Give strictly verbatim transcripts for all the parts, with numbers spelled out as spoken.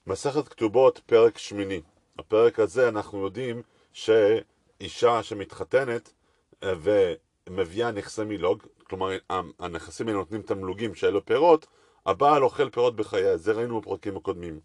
מסכת כתובות, פרק שמיני. הפרק הזה אנחנו יודעים שאישה שמתחתנת ומביאה נכסי מילוג, כלומר הנכסים האלה נותנים תמלוגים שאלו פירות, הבעל אוכל פירות בחייה. זה ראינו בפרקים הקודמים.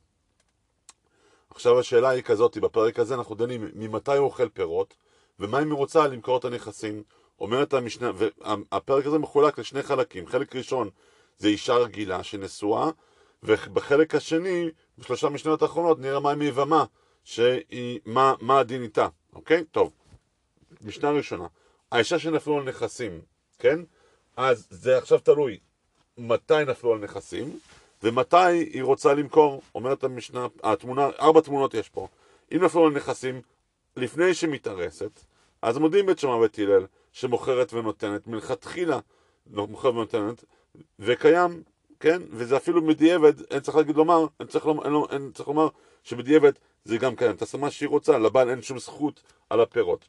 עכשיו השאלה היא כזאת, בפרק הזה אנחנו דנים ממתי הוא אוכל פירות ומה אם היא רוצה למכור את הנכסים. אומרת המשנה, והפרק הזה מחולק לשני חלקים. חלק ראשון זה אישה רגילה שנשואה, ובחלק השני, בשלושה משניות האחרונות, נראה מה היא מבמה, שהיא, מה, מה הדין איתה, אוקיי? טוב, משנה ראשונה, האישה שנפלו על נכסים, כן? אז זה עכשיו תלוי מתי נפלו על נכסים, ומתי היא רוצה למכור. אומרת המשנה, התמונה, ארבע תמונות יש פה. אם נפלו על נכסים לפני שמתארסת, אז מודיעים בית שמאי ובית הלל שמוכרת ונותנת, מלכתחילה מוכרת ונותנת, וקיים, כן? וזה אפילו בדיעבד, אין צריך להגיד לומר, אין צריך לומר, אין, אין צריך לומר שבדיעבד זה גם קיים. תעשה מה שהיא רוצה, לבעל אין שום זכות על הפירות.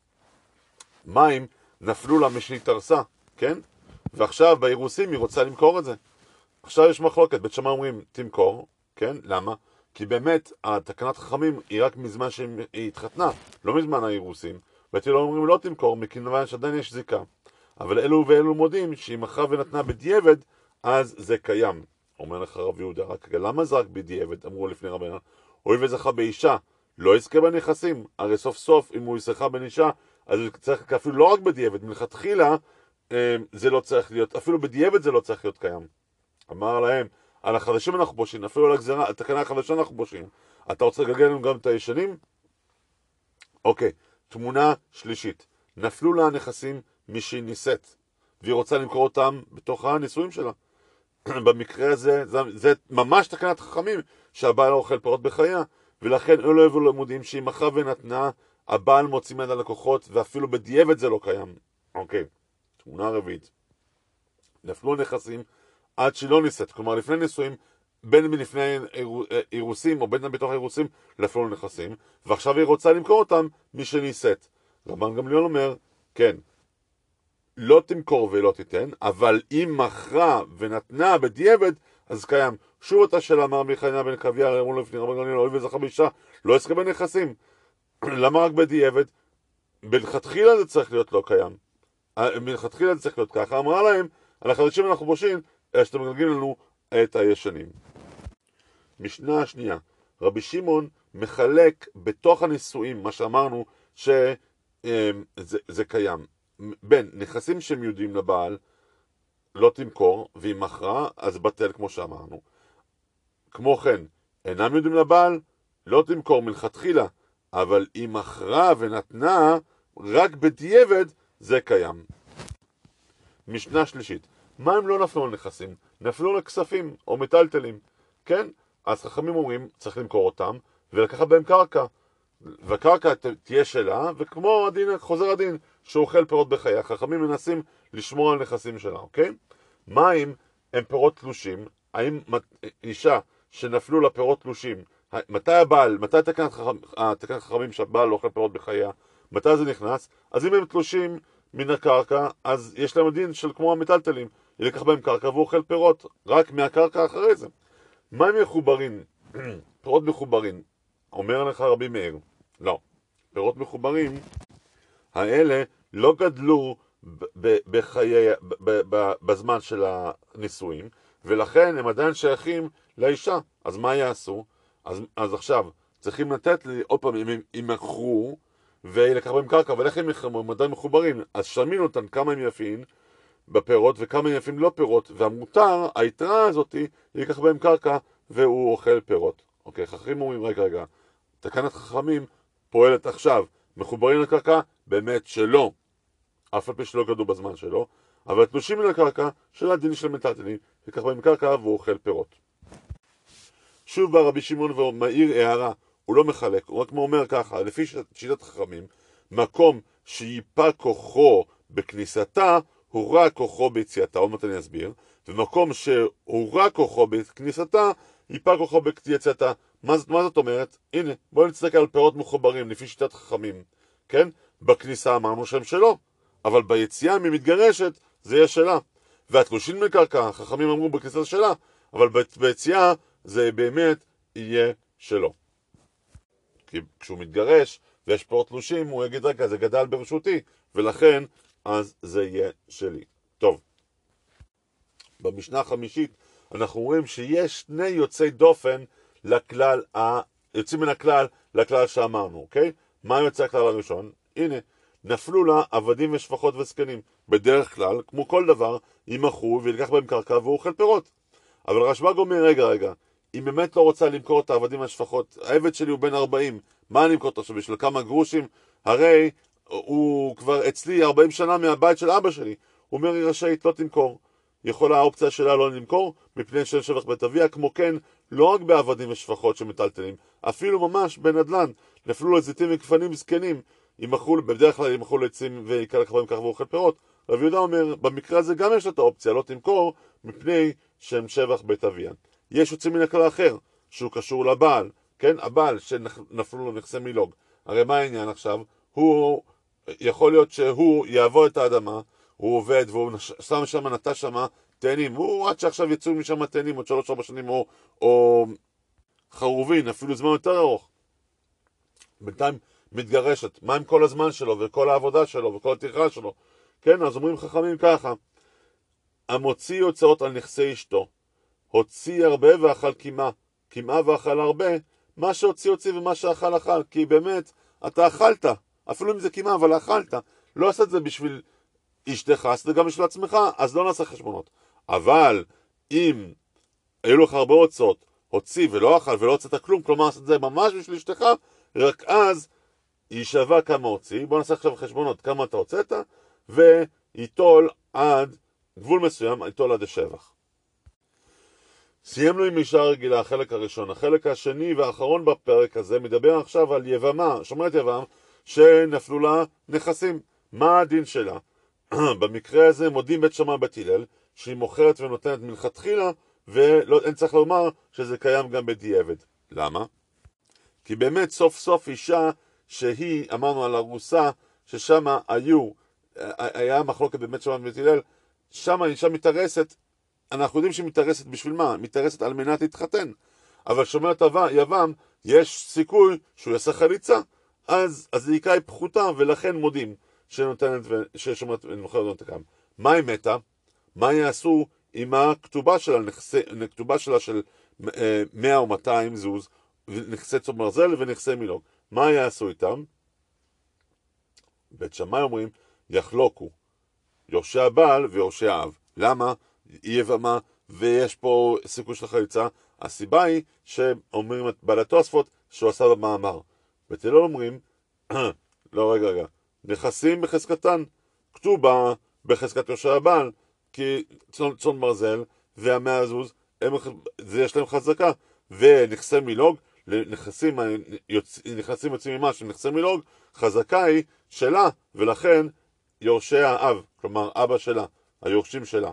מים נפלו לה משהתארסה, כן? ועכשיו באירוסים היא רוצה למכור את זה. עכשיו יש מחלוקת, בית שמאי אומרים תמכור, כן? למה? כי באמת התקנת חכמים היא רק מזמן שהיא התחתנה, לא מזמן האירוסים. בית הלל אומרים לא תמכור, מכיוון שעדיין יש זיקה. אבל אלו ואלו מודים שהיא מכרה ונתנה בדיעבד, אז זה קיים. אומר לך רב יהודה, רק למה זה רק בדיעבד? אמרו לפני רבנו, הואיל וזכה באישה, לא יזכה בנכסים. הרי סוף סוף אם הוא יזכה באישה, אז הוא צריך אפילו לא רק בדיעבד, מלכתחילה זה לא צריך להיות, אפילו בדיעבד זה לא צריך להיות קיים. אמר להם, על החדשים אנחנו בושים, אפילו על הגזרה, על תקנה החדשה אנחנו בושים. אתה רוצה לגלגל לנו גם את הישנים? אוקיי, תמונה שלישית. נפלו לה הנכסים משהיא נישאת, והיא רוצה למכור אותם בתוך הנישואים שלה. במקרה הזה, זה, זה ממש תקנת חכמים, שהבעל אוכל פירות בחייה, ולכן אלו הבאו למודים שהיא מכרה ונתנה, הבעל מוציא מיד הלקוחות, ואפילו בדיעבד זה לא קיים. אוקיי, תמונה רביעית. נפלו נכסים עד שהיא לא נישאת, כלומר לפני נישואים, בין מלפני אירוסים או בין בתוך אירוסים נפלו נכסים, ועכשיו היא רוצה למכור אותם מי שנישאת. רבן גמליאל אומר, כן, לא תמכור ולא תיתן, אבל אם מכרה ונתנה בדיעבד, אז קיים. שוב אותה שאלה, אמר רבי חנינא בן קבייא, אמרו לו לפני רבן גמליאל, הואיל וזכה באישה, לא יזכה בנכסים. למה רק בדיעבד? מלכתחילה זה צריך להיות לא קיים. מלכתחילה זה צריך להיות ככה. אמרה להם, על החדשים אנחנו בושים, שאתם מגלגלים לנו את הישנים. משנה השנייה, רבי שמעון מחלק בתוך הנישואים, מה שאמרנו שזה זה קיים. בין נכסים שהם יודעים לבעל, לא תמכור, והיא מכרה, אז בטל כמו שאמרנו. כמו כן, אינם יודעים לבעל, לא תמכור מלכתחילה, אבל היא מכרה ונתנה, רק בדיעבד זה קיים. משנה שלישית, מה הם לא נפלו על נכסים? נפלו לכספים או מטלטלים, כן? אז חכמים אומרים, צריך למכור אותם, ולקחת בהם קרקע. והקרקע תהיה שלה, וכמו הדין, חוזר הדין, שהוא אוכל פירות בחייה. חכמים מנסים לשמור על נכסים שלה, אוקיי? מים הם פירות תלושים. האם אישה שנפלו לה פירות תלושים, מתי הבעל, מתי תקנת חכמים שהבעל אוכל פירות בחייה, מתי זה נכנס? אז אם הם תלושים מן הקרקע, אז יש להם דין של כמו המטלטלים. ילקח בהם קרקע והוא אוכל פירות, רק מהקרקע אחרי זה. מים מחוברים, פירות מחוברים, אומר לך רבי מאיר, לא, פירות מחוברים, האלה לא גדלו בחיי, בזמן של הנישואים, ולכן הם עדיין שייכים לאישה. אז מה יעשו? אז, אז עכשיו, צריכים לתת לי, עוד פעם, אם הם מכרו, וילקח בהם קרקע, אבל איך הם, הם עדיין מחוברים? אז שמינו אותם כמה הם יפים בפירות, וכמה הם יפים לא פירות, והמותר, היתרה הזאת, ילקח בהם קרקע, והוא אוכל פירות. אוקיי, חכמים אומרים, רגע, רגע, תקנת חכמים פועלת עכשיו, מחוברים לקרקע, באמת שלא, אף על פי שלא גדלו בזמן שלו, אבל תלושים מן הקרקע של הדין של מטלטלים, יקח בהם קרקע והוא אוכל פירות. שוב בא רבי שמעון ומעיר הערה, הוא לא מחלק, הוא רק אומר ככה, לפי שיטת חכמים, מקום שיפה כוחו בכניסתה, הוא רק כוחו ביציאתה, עוד מעט אני אסביר, ומקום שהוא רק כוחו בכניסתה, ייפה כוחו ביציאתה. מה, מה זאת אומרת? הנה, בואו נצטרך על פירות מחוברים, לפי שיטת חכמים, כן? בכניסה אמרנו שהם שלו, אבל ביציאה ממתגרשת, זה יהיה שלה. והתלושים מקרקע, חכמים אמרו בכניסה שלה, אבל ביציאה זה באמת יהיה שלו. כי כשהוא מתגרש ויש פירות תלושים, הוא יגיד, רגע, זה גדל ברשותי, ולכן אז זה יהיה שלי. טוב, במשנה החמישית אנחנו רואים שיש שני יוצאי דופן לכלל, ה... יוצאים מן הכלל לכלל שאמרנו, אוקיי? מה יוצא הכלל הראשון? הנה, נפלו לה עבדים ושפחות וזקנים. בדרך כלל, כמו כל דבר, ימכרו וילקח בהם קרקע והוא אוכל פירות. אבל רשב"ג אומר, רגע, רגע, אם באמת לא רוצה למכור את העבדים והשפחות, העבד שלי הוא בן ארבעים, מה אני אמכור אותו עכשיו? בשביל כמה גרושים? הרי הוא כבר אצלי ארבעים שנה מהבית של אבא שלי. הוא אומר, היא רשאית, לא תמכור. יכולה האופציה שלה לא למכור, מפני של שבח בית אביה, כמו כן, לא רק בעבדים ושפחות שמטלטלים, אפילו ממש בנדלן, נפלו לו זיתים וכפנים זקנים, ימכרו, בדרך כלל ימכרו לעצים ויקלח בהם כך ואוכל פירות. רב יהודה אומר, במקרה הזה גם יש לה את האופציה, לא תמכור, מפני שהם שבח בית אביה. יש יוצאים מן הכלל אחר, שהוא קשור לבעל, כן? הבעל שנפלו לו נכסי מילוג. הרי מה העניין עכשיו? הוא, יכול להיות שהוא יעבור את האדמה, הוא עובד והוא שם שם, נטע שם תאנים, הוא עד שעכשיו יצאו משם תאנים עוד שלוש ארבע שנים, או, או חרובין, אפילו זמן יותר ארוך. בינתיים מתגרשת, מה עם כל הזמן שלו וכל העבודה שלו וכל הטרחה שלו? כן, אז אומרים חכמים ככה, המוציא הוצאות על נכסי אשתו, הוציא הרבה ואכל כמעה, כמעה ואכל הרבה, מה שהוציא הוציא ומה שאכל אכל, כי באמת אתה אכלת, אפילו אם זה כמעה, אבל אכלת, לא עשת את זה בשביל אשתך, עשת זה גם בשביל עצמך, אז לא נעשה חשבונות. אבל אם היו לך הרבה הוצאות, הוציא ולא אכל ולא הוצאת כלום, כלומר עשת את זה ממש בשביל אשתך, רק אז היא שווה כמה הוציא, בוא נעשה עכשיו חשבונות, כמה אתה הוצאת, ויתול עד גבול מסוים, יתול עד השבח. סיימנו עם אישה רגילה, החלק הראשון. החלק השני והאחרון בפרק הזה מדבר עכשיו על יבמה, שומעת יבם, שנפלו לה נכסים. מה הדין שלה? במקרה הזה מודים בית שמאי בית הלל, שהיא מוכרת ונותנת מלכתחילה, ואין צריך לומר שזה קיים גם בדיעבד. למה? כי באמת סוף סוף אישה שהיא, אמרנו על הרוסה, ששם היו, היה מחלוקת בבית שמאי בית הלל, שם אישה מתארסת, אנחנו יודעים שהיא מתארסת בשביל מה? מתארסת על מנת להתחתן. אבל שומרת יבם, יש סיכוי שהוא יעשה חליצה, אז הזעיקה היא פחותה, ולכן מודים שנותנת וששומרת ונוכרת ונתקם. מה היא מתה? מה יעשו עם הכתובה שלה, נכסי, הכתובה שלה של אה, מאה או מאתיים זוז, נכסי צום ברזל ונכסי מילוג? מה יעשו איתם? בית שמאי אומרים, יחלוקו, יורשי הבעל ויורשי האב. למה? היא יבמה ויש פה סיכוי של חליצה. הסיבה היא שאומרים את בעל התוספות שהוא עשה במאמר. בית הלל אומרים, לא רגע רגע, נכסים בחזקתן, כתובה בחזקת יורשי הבעל, כי צאן, צאן ברזל והמאה זוז, הם, זה יש להם חזקה, ונכסי מילוג, נכסים, יוצ... נכסים יוצאים ממה של נכסי מילוג, חזקה היא שלה, ולכן יורשי האב, כלומר אבא שלה, היורשים שלה.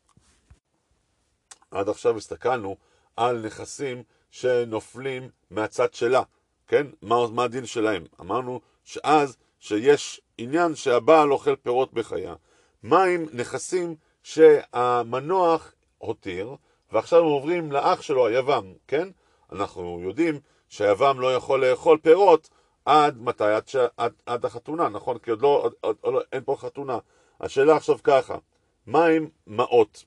עד עכשיו הסתכלנו על נכסים שנופלים מהצד שלה, כן? מה, מה הדין שלהם? אמרנו שאז שיש עניין שהבעל אוכל פירות בחייה. מה עם נכסים שהמנוח הותיר, ועכשיו הם עוברים לאח שלו, היבם, כן? אנחנו יודעים שהיבם לא יכול לאכול פירות עד מתי? עד, ש... עד, עד החתונה, נכון? כי עוד לא, עוד, עוד, עוד, אין פה חתונה. השאלה עכשיו ככה, מה עם מעות?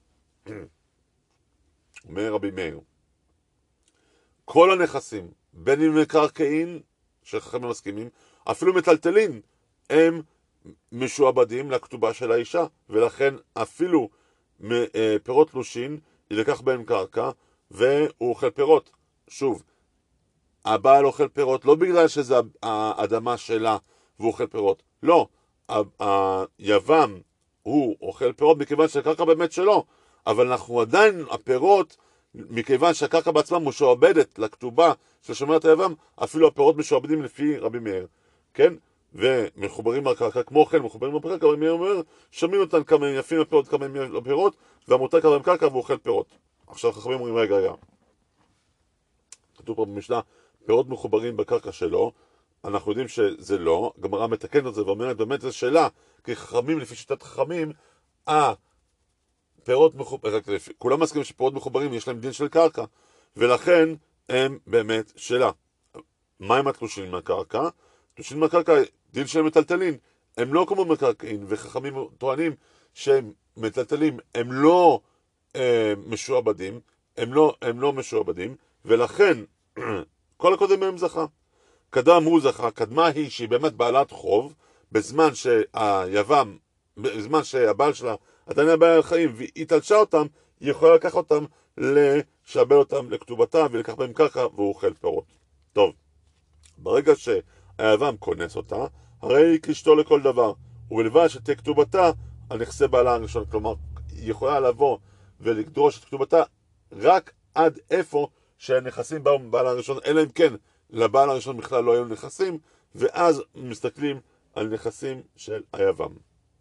אומר רבי מאיר, כל הנכסים, בין אם מקרקעין, שחכמים מסכימים, אפילו מטלטלין, הם משועבדים לכתובה של האישה, ולכן אפילו פירות תלושין ילקח בהם קרקע, והוא אוכל פירות. שוב, הבעל אוכל פירות לא בגלל שזה האדמה שלה והוא אוכל פירות, לא, היבם הוא אוכל פירות מכיוון שהקרקע באמת שלו, אבל אנחנו עדיין, הפירות, מכיוון שהקרקע בעצמה משועבדת לכתובה של שומרת היבם, אפילו הפירות משועבדים לפי רבי מאיר, כן? ומחוברים לקרקע, כמו כן מחוברים לקרקע, רבי מאיר אומר, שומעים אותן כמה יפים הפירות, כמה יפים הפירות, והמותר כמה עם קרקע והוא אוכל פירות. עכשיו חכמים אומרים, רגע, רגע, כתוב פה במשנה, פירות מחוברים בקרקע שלו, אנחנו יודעים שזה לא, גמרא מתקנת את זה ואומרת, באמת זו שאלה, כי חכמים, לפי שיטת חכמים, אה, פירות מחוברים, כולם מסכימים שפירות מחוברים יש להם דין של קרקע, ולכן הם באמת שלה. מה הם התלושים מהקרקע? תלושים מהקרקע, דין של מטלטלין, הם לא כמו מקרקעין, וחכמים טוענים שהם מטלטלים, הם לא אה, משועבדים, הם לא, הם לא משועבדים, ולכן כל הקודם מהם זכה. קדם הוא זכה, קדמה היא שהיא באמת בעלת חוב, בזמן שהיבם, בזמן שהבעל שלה עדיין היה בעל חיים, והיא תלשה אותם, היא יכולה לקחת אותם, לשעבל אותם לכתובתה, ולקח בהם קרקע, והוא אוכל פירות. טוב, ברגע שהיבם כונס אותה, הרי היא כשתו לכל דבר, ובלבד שתהיה כתובתה על נכסי בעלה הראשון. כלומר, היא יכולה לבוא ולקדרוש את כתובתה רק עד איפה שהנכסים באו מבעלה הראשון, אלא אם כן לבעל הראשון בכלל לא היו נכסים, ואז מסתכלים על נכסים של היבם.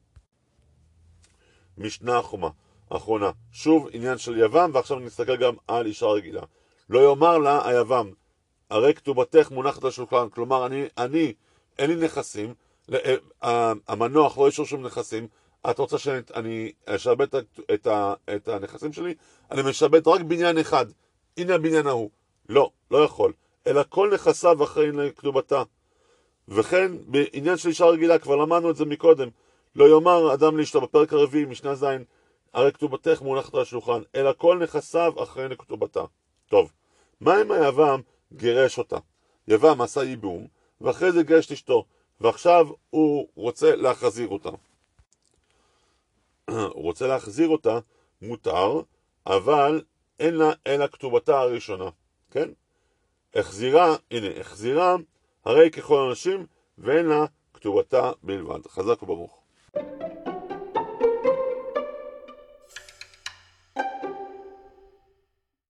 משנה החומה, האחרונה, שוב עניין של יבם, ועכשיו נסתכל גם על אישה רגילה. לא יאמר לה היבם, הרי כתובתך מונחת לשולחן, כלומר אני, אני, אין לי נכסים, המנוח לא ישור שום נכסים, את רוצה שאני אשעבד את, את, את הנכסים שלי? אני משעבד רק בניין אחד, הנה הבניין ההוא. לא, לא יכול, אלא כל נכסיו אחראים לכתובתה. וכן, בעניין של אישה רגילה, כבר למדנו את זה מקודם, לא יאמר אדם לאשתו בפרק הרביעי, משנה זין, הרי כתובתך מונחת על השולחן, אלא כל נכסיו אחראים לכתובתה. טוב, מה אם היבם גירש אותה? יבם עשה ייבום, ואחרי זה גירש את אשתו, ועכשיו הוא רוצה להחזיר אותה. הוא רוצה להחזיר אותה, מותר, אבל אין לה אלא כתובתה הראשונה, כן? החזירה, הנה, החזירה, הרי ככל אנשים, ואין לה כתובתה בלבד. חזק וברוך.